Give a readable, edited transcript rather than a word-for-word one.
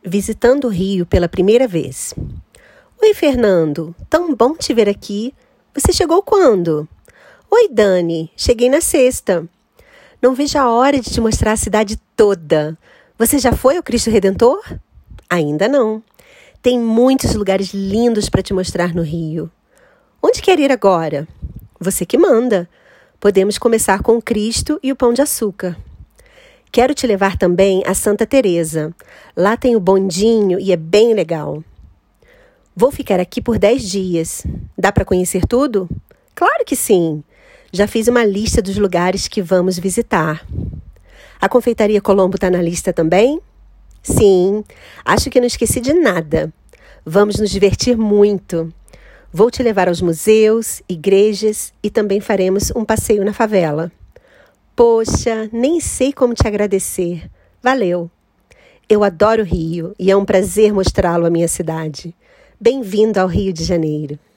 visitando o Rio pela primeira vez. Oi, Fernando, tão bom te ver aqui. Você chegou quando? Oi, Dani, cheguei na sexta. Não vejo a hora de te mostrar a cidade toda. Você já foi ao Cristo Redentor? Ainda não. Tem muitos lugares lindos para te mostrar no Rio. Onde quer ir agora? Você que manda. Podemos começar com o Cristo e o Pão de Açúcar. Quero te levar também a Santa Teresa. Lá tem o bondinho e é bem legal. Vou ficar aqui por 10 dias. Dá para conhecer tudo? Claro que sim. Já fiz uma lista dos lugares que vamos visitar. A Confeitaria Colombo está na lista também? Sim, acho que não esqueci de nada. Vamos nos divertir muito. Vou te levar aos museus, igrejas e também faremos um passeio na favela. Poxa, nem sei como te agradecer. Valeu! Eu adoro o Rio e é um prazer mostrá-lo à minha cidade. Bem-vindo ao Rio de Janeiro.